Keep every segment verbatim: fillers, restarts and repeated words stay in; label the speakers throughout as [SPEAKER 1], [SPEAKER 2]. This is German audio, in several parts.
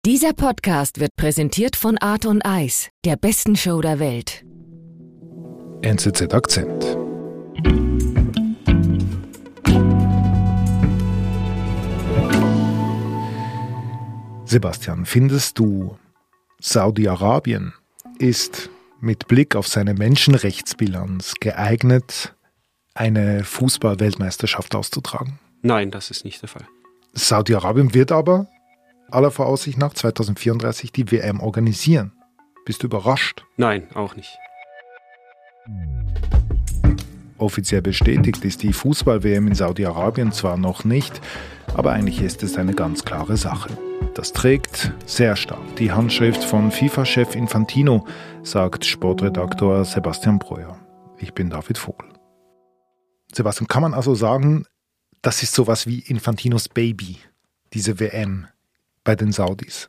[SPEAKER 1] Dieser Podcast wird präsentiert von Art und Eis, der besten Show der Welt.
[SPEAKER 2] N Z Z Akzent. Sebastian, findest du, Saudi-Arabien ist mit Blick auf seine Menschenrechtsbilanz geeignet, eine Fußball-Weltmeisterschaft auszutragen?
[SPEAKER 3] Nein, das ist nicht der Fall.
[SPEAKER 2] Saudi-Arabien wird aber aller Voraussicht nach zwanzig vierunddreißig die W M organisieren. Bist du überrascht?
[SPEAKER 3] Nein, auch nicht.
[SPEAKER 2] Offiziell bestätigt ist die Fußball-W M in Saudi-Arabien zwar noch nicht, aber eigentlich ist es eine ganz klare Sache. Das trägt sehr stark die Handschrift von FIFA-Chef Infantino, sagt Sportredaktor Sebastian Breuer. Ich bin David Vogel. Sebastian, kann man also sagen, das ist sowas wie Infantinos Baby, diese W M bei den Saudis?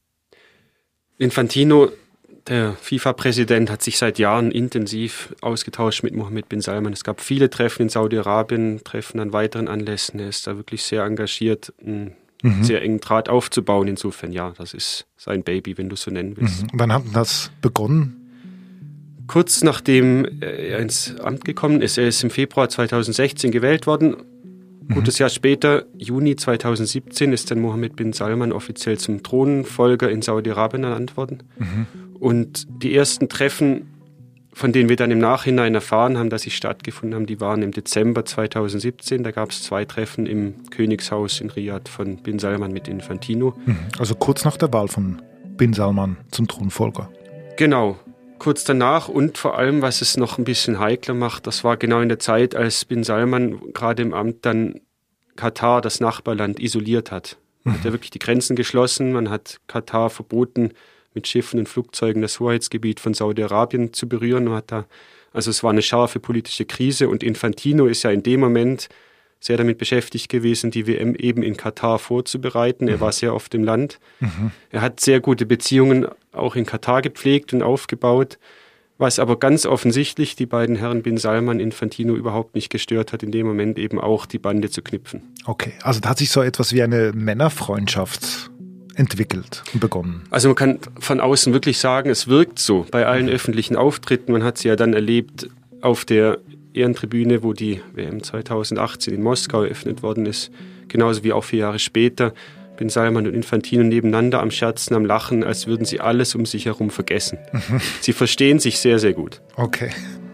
[SPEAKER 3] Infantino, der FIFA-Präsident, hat sich seit Jahren intensiv ausgetauscht mit Mohammed bin Salman. Es gab viele Treffen in Saudi-Arabien, Treffen an weiteren Anlässen. Er ist da wirklich sehr engagiert, einen mhm. sehr engen Draht aufzubauen. Insofern, ja, das ist sein Baby, wenn du es so nennen willst.
[SPEAKER 2] Mhm. Wann hat das begonnen?
[SPEAKER 3] Kurz nachdem er ins Amt gekommen ist. Er ist im Februar zweitausendsechzehn gewählt worden. Gutes Jahr später, Juni zweitausendsiebzehn, ist dann Mohammed bin Salman offiziell zum Thronfolger in Saudi-Arabien ernannt worden. Mhm. Und die ersten Treffen, von denen wir dann im Nachhinein erfahren haben, dass sie stattgefunden haben, die waren im Dezember zweitausendsiebzehn. Da gab es zwei Treffen im Königshaus in Riyadh von bin Salman mit Infantino.
[SPEAKER 2] Mhm. Also kurz nach der Wahl von bin Salman zum Thronfolger.
[SPEAKER 3] Genau. Kurz danach und vor allem, was es noch ein bisschen heikler macht, das war genau in der Zeit, als bin Salman gerade im Amt dann Katar, das Nachbarland, isoliert hat. Man mhm. hat ja wirklich die Grenzen geschlossen, man hat Katar verboten, mit Schiffen und Flugzeugen das Hoheitsgebiet von Saudi-Arabien zu berühren. Man hat da, also es war eine scharfe politische Krise und Infantino ist ja in dem Moment sehr damit beschäftigt gewesen, die W M eben in Katar vorzubereiten. Er war sehr oft im Land. Mhm. Er hat sehr gute Beziehungen auch in Katar gepflegt und aufgebaut, was aber ganz offensichtlich die beiden Herren bin Salman, Infantino überhaupt nicht gestört hat, in dem Moment eben auch die Bande zu knüpfen.
[SPEAKER 2] Okay, also da hat sich so etwas wie eine Männerfreundschaft entwickelt und begonnen.
[SPEAKER 3] Also man kann von außen wirklich sagen, es wirkt so bei allen mhm. öffentlichen Auftritten. Man hat sie ja dann erlebt auf der Ehrentribüne, wo die W M zweitausendachtzehn in Moskau eröffnet worden ist, genauso wie auch vier Jahre später, bin Salman und Infantino nebeneinander am Scherzen, am Lachen, als würden sie alles um sich herum vergessen. Mhm. Sie verstehen sich sehr, sehr gut.
[SPEAKER 2] Okay.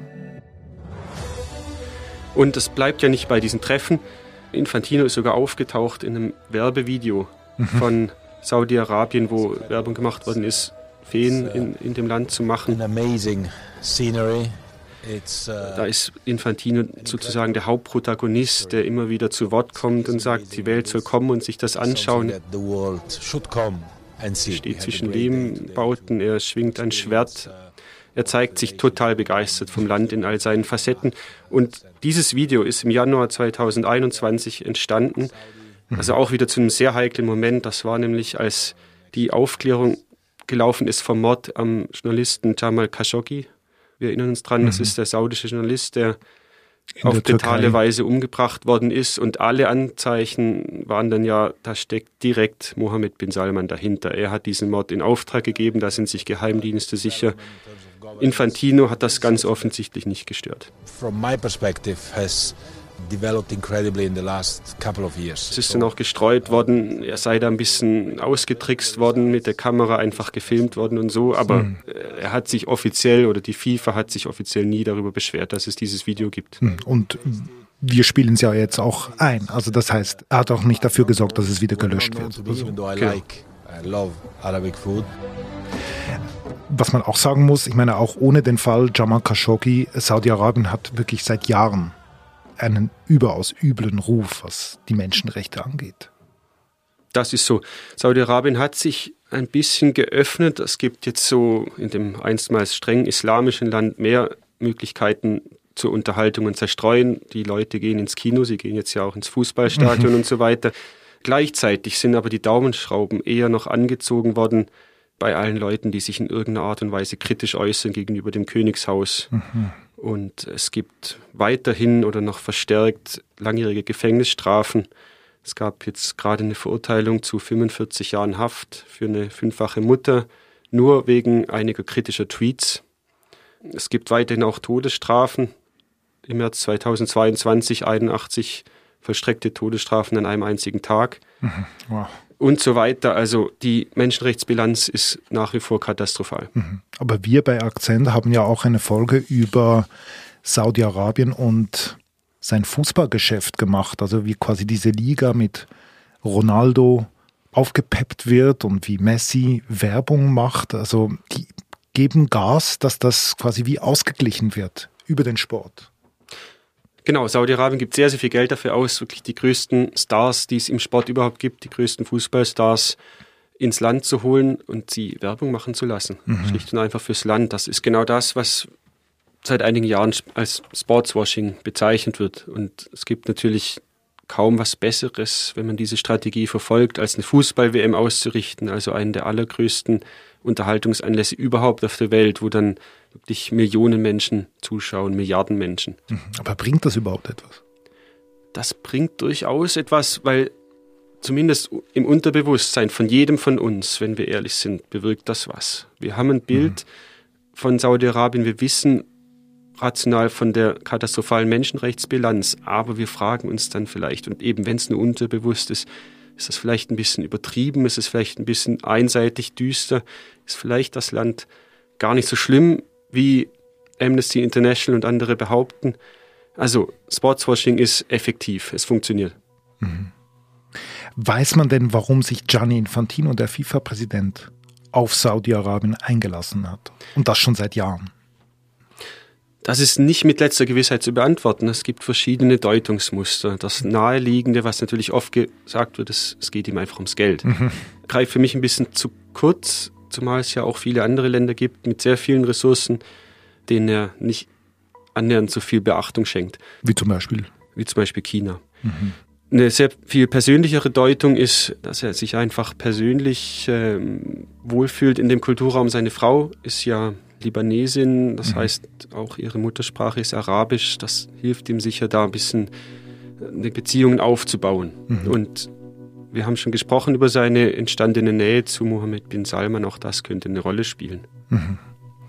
[SPEAKER 3] Und es bleibt ja nicht bei diesen Treffen. Infantino ist sogar aufgetaucht in einem Werbevideo mhm. von Saudi-Arabien, wo Werbung gemacht worden ist, Feen in, in dem Land zu machen.
[SPEAKER 4] An amazing scenery.
[SPEAKER 3] Da ist Infantino sozusagen der Hauptprotagonist, der immer wieder zu Wort kommt und sagt, die Welt soll kommen und sich das anschauen. Er steht zwischen Lehmbauten, er schwingt ein Schwert. Er zeigt sich total begeistert vom Land in all seinen Facetten. Und dieses Video ist im Januar zweitausendeinundzwanzig entstanden. Also auch wieder zu einem sehr heiklen Moment. Das war nämlich, als die Aufklärung gelaufen ist vom Mord am Journalisten Jamal Khashoggi. Wir erinnern uns dran, mhm. das ist der saudische Journalist, der in auf brutale Weise umgebracht worden ist. Und alle Anzeichen waren dann ja, da steckt direkt Mohammed bin Salman dahinter. Er hat diesen Mord in Auftrag gegeben, da sind sich Geheimdienste sicher. Infantino hat das ganz offensichtlich nicht gestört.
[SPEAKER 4] From my perspective has developed incredibly in the last couple of years.
[SPEAKER 3] Es ist dann auch gestreut worden, er sei da ein bisschen ausgetrickst worden, mit der Kamera einfach gefilmt worden und so, aber mhm. er hat sich offiziell, oder die FIFA hat sich offiziell nie darüber beschwert, dass es dieses Video gibt.
[SPEAKER 2] Und wir spielen es ja jetzt auch ein, also das heißt, er hat auch nicht dafür gesorgt, dass es wieder gelöscht wird. Also,
[SPEAKER 4] genau.
[SPEAKER 2] Was man auch sagen muss, ich meine, auch ohne den Fall Jamal Khashoggi, Saudi-Arabien hat wirklich seit Jahren einen überaus üblen Ruf, was die Menschenrechte angeht.
[SPEAKER 3] Das ist so. Saudi-Arabien hat sich ein bisschen geöffnet. Es gibt jetzt so in dem einstmals streng islamischen Land mehr Möglichkeiten zur Unterhaltung und Zerstreuen. Die Leute gehen ins Kino, sie gehen jetzt ja auch ins Fußballstadion mhm. und so weiter. Gleichzeitig sind aber die Daumenschrauben eher noch angezogen worden bei allen Leuten, die sich in irgendeiner Art und Weise kritisch äußern gegenüber dem Königshaus. Mhm. Und es gibt weiterhin oder noch verstärkt langjährige Gefängnisstrafen. Es gab jetzt gerade eine Verurteilung zu fünfundvierzig Jahren Haft für eine fünffache Mutter, nur wegen einiger kritischer Tweets. Es gibt weiterhin auch Todesstrafen. Im März zweitausendzweiundzwanzig einundachtzig vollstreckte Todesstrafen an einem einzigen Tag.
[SPEAKER 2] Mhm. Wow.
[SPEAKER 3] Und so weiter. Also die Menschenrechtsbilanz ist nach wie vor katastrophal.
[SPEAKER 2] Mhm. Aber wir bei Akzent haben ja auch eine Folge über Saudi-Arabien und sein Fußballgeschäft gemacht, also wie quasi diese Liga mit Ronaldo aufgepeppt wird und wie Messi Werbung macht. Also die geben Gas, dass das quasi wie ausgeglichen wird über den Sport.
[SPEAKER 3] Genau, Saudi-Arabien gibt sehr, sehr viel Geld dafür aus, wirklich die größten Stars, die es im Sport überhaupt gibt, die größten Fußballstars ins Land zu holen und sie Werbung machen zu lassen. Mhm. Schlicht und einfach fürs Land. Das ist genau das, was seit einigen Jahren als Sportswashing bezeichnet wird. Und es gibt natürlich kaum was Besseres, wenn man diese Strategie verfolgt, als eine Fußball-W M auszurichten, also einen der allergrößten Unterhaltungsanlässe überhaupt auf der Welt, wo dann wirklich Millionen Menschen zuschauen, Milliarden Menschen.
[SPEAKER 2] Aber bringt das überhaupt etwas?
[SPEAKER 3] Das bringt durchaus etwas, weil zumindest im Unterbewusstsein von jedem von uns, wenn wir ehrlich sind, bewirkt das was. Wir haben ein Bild mhm. von Saudi-Arabien, wir wissen rational von der katastrophalen Menschenrechtsbilanz, aber wir fragen uns dann vielleicht, und eben wenn es nur unterbewusst ist, ist das vielleicht ein bisschen übertrieben, ist es vielleicht ein bisschen einseitig düster, ist vielleicht das Land gar nicht so schlimm, wie Amnesty International und andere behaupten. Also Sportswashing ist effektiv, es funktioniert.
[SPEAKER 2] Mhm. Weiß man denn, warum sich Gianni Infantino, der FIFA-Präsident, auf Saudi-Arabien eingelassen hat? Und das schon seit Jahren?
[SPEAKER 3] Das ist nicht mit letzter Gewissheit zu beantworten. Es gibt verschiedene Deutungsmuster. Das Naheliegende, was natürlich oft gesagt wird, ist, es geht ihm einfach ums Geld. Mhm. Greift für mich ein bisschen zu kurz, zumal es ja auch viele andere Länder gibt mit sehr vielen Ressourcen, denen er nicht annähernd so viel Beachtung schenkt.
[SPEAKER 2] Wie zum Beispiel?
[SPEAKER 3] Wie zum Beispiel China. Mhm. Eine sehr viel persönlichere Deutung ist, dass er sich einfach persönlich ähm, wohlfühlt in dem Kulturraum. Seine Frau ist ja Libanesin, das mhm. heißt auch ihre Muttersprache ist Arabisch. Das hilft ihm sicher da ein bisschen eine Beziehung aufzubauen. Mhm. Und wir haben schon gesprochen über seine entstandene Nähe zu Mohammed bin Salman, auch das könnte eine Rolle spielen.
[SPEAKER 2] Mhm.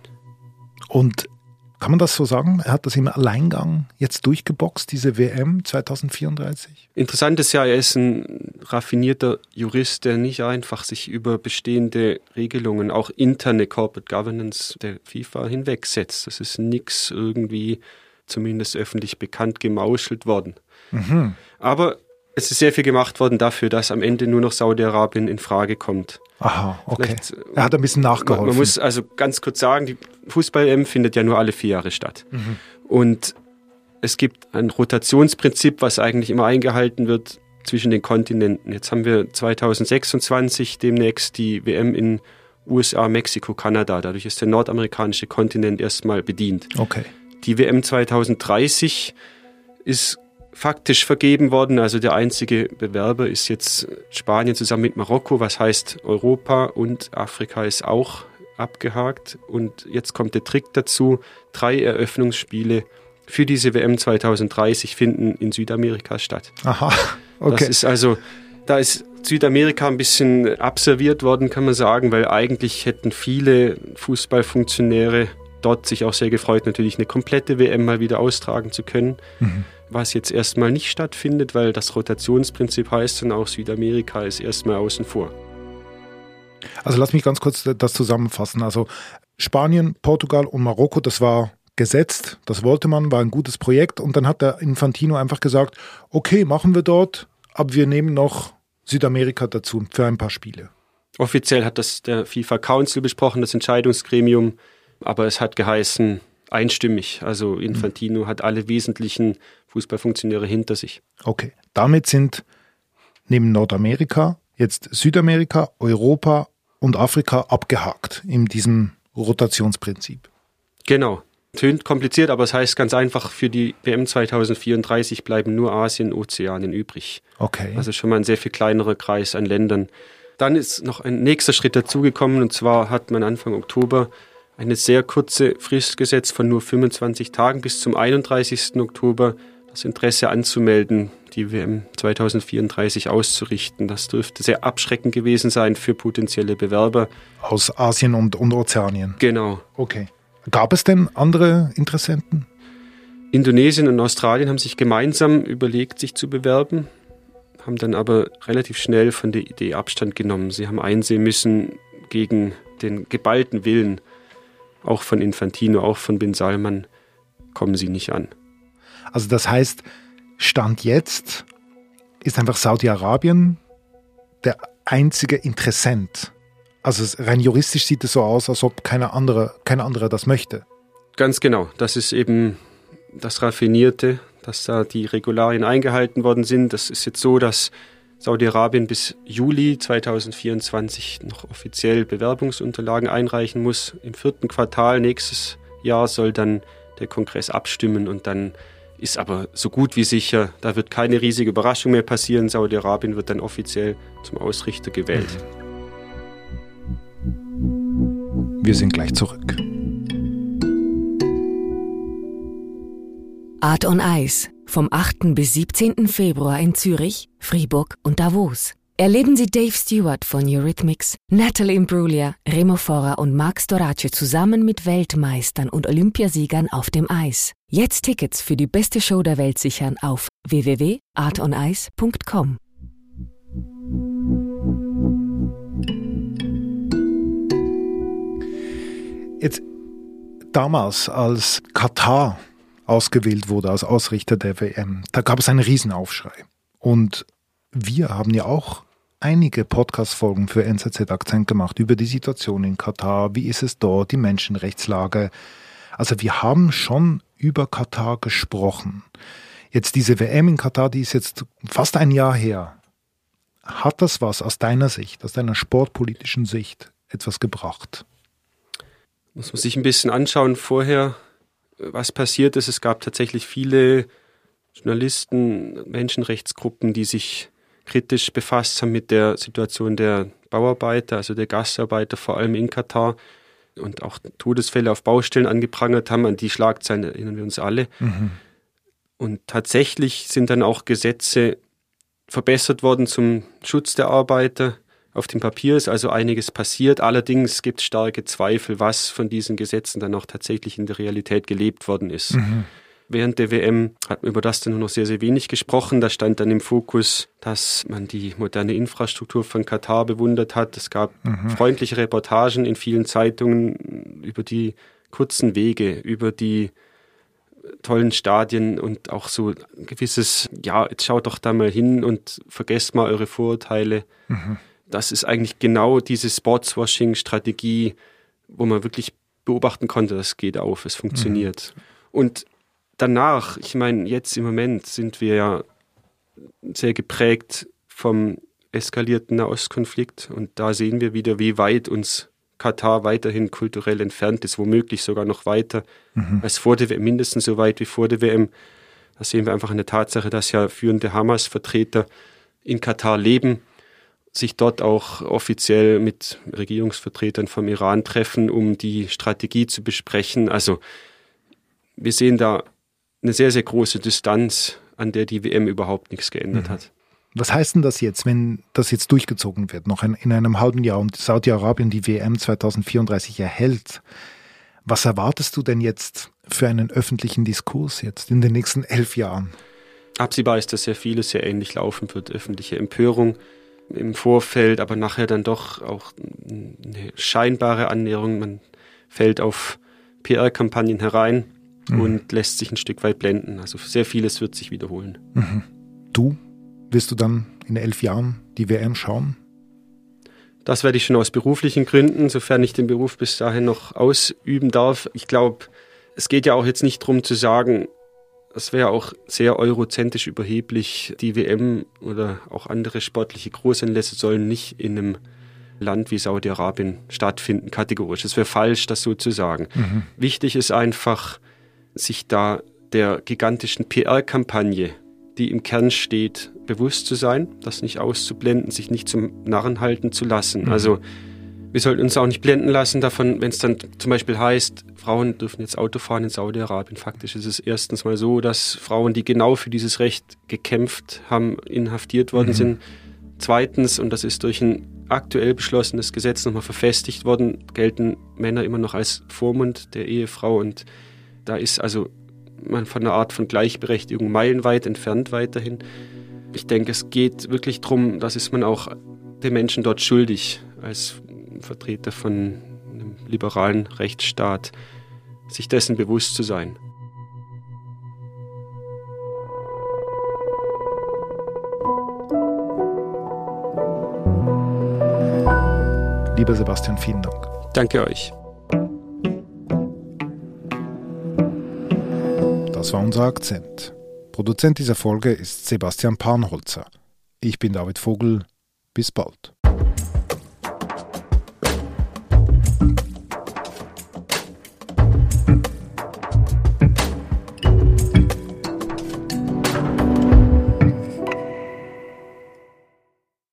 [SPEAKER 2] Und kann man das so sagen? Er hat das im Alleingang jetzt durchgeboxt, diese W M zweitausendvierunddreißig?
[SPEAKER 3] Interessant ist ja, er ist ein raffinierter Jurist, der nicht einfach sich über bestehende Regelungen, auch interne Corporate Governance der FIFA hinwegsetzt. Das ist nichts irgendwie zumindest öffentlich bekannt gemauschelt worden. Mhm. Aber es ist sehr viel gemacht worden dafür, dass am Ende nur noch Saudi-Arabien in Frage kommt.
[SPEAKER 2] Aha, okay. Vielleicht, er hat ein bisschen nachgeholfen.
[SPEAKER 3] Man, man muss also ganz kurz sagen, die Fußball-W M findet ja nur alle vier Jahre statt. Mhm. Und es gibt ein Rotationsprinzip, was eigentlich immer eingehalten wird zwischen den Kontinenten. Jetzt haben wir zweitausendsechsundzwanzig demnächst die W M in U S A, Mexiko, Kanada. Dadurch ist der nordamerikanische Kontinent erstmal bedient.
[SPEAKER 2] Okay.
[SPEAKER 3] Die W M zweitausenddreißig ist faktisch vergeben worden. Also der einzige Bewerber ist jetzt Spanien zusammen mit Marokko, was heißt Europa und Afrika ist auch abgehakt. Und jetzt kommt der Trick dazu, drei Eröffnungsspiele für diese W M zweitausenddreißig finden in Südamerika statt.
[SPEAKER 2] Aha, okay.
[SPEAKER 3] Das ist also, da ist Südamerika ein bisschen abserviert worden, kann man sagen, weil eigentlich hätten viele Fußballfunktionäre dort sich auch sehr gefreut, natürlich eine komplette W M mal wieder austragen zu können. Mhm. Was jetzt erstmal nicht stattfindet, weil das Rotationsprinzip heißt und auch Südamerika ist erstmal außen vor.
[SPEAKER 2] Also lass mich ganz kurz das zusammenfassen. Also Spanien, Portugal und Marokko, das war gesetzt, das wollte man, war ein gutes Projekt und dann hat der Infantino einfach gesagt, okay, machen wir dort, aber wir nehmen noch Südamerika dazu für ein paar Spiele.
[SPEAKER 3] Offiziell hat das der FIFA Council besprochen, das Entscheidungsgremium, aber es hat geheißen, einstimmig. Also Infantino mhm. hat alle wesentlichen Fußballfunktionäre hinter sich.
[SPEAKER 2] Okay, damit sind neben Nordamerika jetzt Südamerika, Europa und Afrika abgehakt in diesem Rotationsprinzip.
[SPEAKER 3] Genau. Tönt kompliziert, aber es heißt ganz einfach, für die W M zweitausendvierunddreißig bleiben nur Asien, Ozeanien übrig.
[SPEAKER 2] Okay.
[SPEAKER 3] Also schon mal ein sehr viel kleinerer Kreis an Ländern. Dann ist noch ein nächster Schritt dazugekommen und zwar hat man Anfang Oktober eine sehr kurze Frist gesetzt von nur fünfundzwanzig Tagen bis zum einunddreißigsten Oktober das Interesse anzumelden, die W M zwanzig vierunddreißig auszurichten. Das dürfte sehr abschreckend gewesen sein für potenzielle Bewerber.
[SPEAKER 2] Aus Asien und, und Ozeanien?
[SPEAKER 3] Genau.
[SPEAKER 2] Okay. Gab es denn andere Interessenten?
[SPEAKER 3] Indonesien und Australien haben sich gemeinsam überlegt, sich zu bewerben, haben dann aber relativ schnell von der Idee Abstand genommen. Sie haben einsehen müssen, gegen den geballten Willen, auch von Infantino, auch von Bin Salman, kommen sie nicht an.
[SPEAKER 2] Also das heißt, Stand jetzt ist einfach Saudi-Arabien der einzige Interessent. Also rein juristisch sieht es so aus, als ob keiner andere, kein anderer das möchte.
[SPEAKER 3] Ganz genau. Das ist eben das Raffinierte, dass da die Regularien eingehalten worden sind. Das ist jetzt so, dass Saudi-Arabien bis Juli zwanzig vierundzwanzig noch offiziell Bewerbungsunterlagen einreichen muss. Im vierten Quartal nächstes Jahr soll dann der Kongress abstimmen und dann ist aber so gut wie sicher, da wird keine riesige Überraschung mehr passieren. Saudi-Arabien wird dann offiziell zum Ausrichter gewählt.
[SPEAKER 2] Wir sind gleich zurück.
[SPEAKER 1] Art on Ice vom achten bis siebzehnten Februar in Zürich, Fribourg und Davos. Erleben Sie Dave Stewart von Eurythmics, Natalie Imbruglia, Remo Forra und Marc Storace zusammen mit Weltmeistern und Olympiasiegern auf dem Eis. Jetzt Tickets für die beste Show der Welt sichern auf w w w punkt art on ice punkt com.
[SPEAKER 2] Jetzt damals, als Katar ausgewählt wurde als Ausrichter der W M, da gab es einen Riesenaufschrei. Und wir haben ja auch einige Podcast-Folgen für N Z Z Akzent gemacht über die Situation in Katar, wie ist es dort, die Menschenrechtslage. Also wir haben schon über Katar gesprochen. Jetzt diese W M in Katar, die ist jetzt fast ein Jahr her. Hat das was aus deiner Sicht, aus deiner sportpolitischen Sicht etwas gebracht?
[SPEAKER 3] Muss man sich ein bisschen anschauen vorher, was passiert ist. Es gab tatsächlich viele Journalisten, Menschenrechtsgruppen, die sich kritisch befasst haben mit der Situation der Bauarbeiter, also der Gastarbeiter, vor allem in Katar, und auch Todesfälle auf Baustellen angeprangert haben. An die Schlagzeilen erinnern wir uns alle. Mhm. Und tatsächlich sind dann auch Gesetze verbessert worden zum Schutz der Arbeiter. Auf dem Papier ist also einiges passiert. Allerdings gibt es starke Zweifel, was von diesen Gesetzen dann auch tatsächlich in der Realität gelebt worden ist. Mhm. Während der W M hat man über das dann nur noch sehr, sehr wenig gesprochen. Da stand dann im Fokus, dass man die moderne Infrastruktur von Katar bewundert hat. Es gab mhm. freundliche Reportagen in vielen Zeitungen über die kurzen Wege, über die tollen Stadien und auch so ein gewisses, ja, jetzt schaut doch da mal hin und vergesst mal eure Vorurteile. Mhm. Das ist eigentlich genau diese Sportswashing-Strategie, wo man wirklich beobachten konnte, das geht auf, es funktioniert. Mhm. Und danach, ich meine, jetzt im Moment sind wir ja sehr geprägt vom eskalierten Nahostkonflikt und da sehen wir wieder, wie weit uns Katar weiterhin kulturell entfernt ist, womöglich sogar noch weiter mhm. als vor der W M, mindestens so weit wie vor der W M. Da sehen wir einfach eine Tatsache, dass ja führende Hamas-Vertreter in Katar leben, sich dort auch offiziell mit Regierungsvertretern vom Iran treffen, um die Strategie zu besprechen. Also wir sehen da eine sehr, sehr große Distanz, an der die W M überhaupt nichts geändert mhm. hat.
[SPEAKER 2] Was heißt denn das jetzt, wenn das jetzt durchgezogen wird, noch in, in einem halben Jahr und Saudi-Arabien die W M zwanzig vierunddreißig erhält? Was erwartest du denn jetzt für einen öffentlichen Diskurs jetzt in den nächsten elf Jahren?
[SPEAKER 3] Absehbar ist, dass sehr vieles sehr ähnlich laufen wird. Öffentliche Empörung im Vorfeld, aber nachher dann doch auch eine scheinbare Annäherung. Man fällt auf P R-Kampagnen herein mhm. und lässt sich ein Stück weit blenden. Also sehr vieles wird sich wiederholen.
[SPEAKER 2] Mhm. Du? Wirst du dann in elf Jahren die W M schauen?
[SPEAKER 3] Das werde ich schon aus beruflichen Gründen, sofern ich den Beruf bis dahin noch ausüben darf. Ich glaube, es geht ja auch jetzt nicht darum zu sagen, es wäre auch sehr eurozentrisch überheblich, die W M oder auch andere sportliche Großanlässe sollen nicht in einem Land wie Saudi-Arabien stattfinden, kategorisch. Es wäre falsch, das so zu sagen. Mhm. Wichtig ist einfach, sich da der gigantischen P R-Kampagne, die im Kern steht, bewusst zu sein, das nicht auszublenden, sich nicht zum Narren halten zu lassen. Mhm. Also Wir sollten uns auch nicht blenden lassen davon, wenn es dann zum Beispiel heißt, Frauen dürfen jetzt Auto fahren in Saudi-Arabien. Faktisch ist es erstens mal so, dass Frauen, die genau für dieses Recht gekämpft haben, inhaftiert worden mhm. sind. Zweitens, und das ist durch ein aktuell beschlossenes Gesetz nochmal verfestigt worden, gelten Männer immer noch als Vormund der Ehefrau. Und da ist also man von einer Art von Gleichberechtigung meilenweit entfernt weiterhin. Ich denke, es geht wirklich darum, das ist man auch den Menschen dort schuldig, als Vertreter von einem liberalen Rechtsstaat, sich dessen bewusst zu sein.
[SPEAKER 2] Lieber Sebastian, vielen Dank.
[SPEAKER 3] Danke euch.
[SPEAKER 2] Das war unser Akzent. Produzent dieser Folge ist Sebastian Panholzer. Ich bin David Vogel. Bis bald.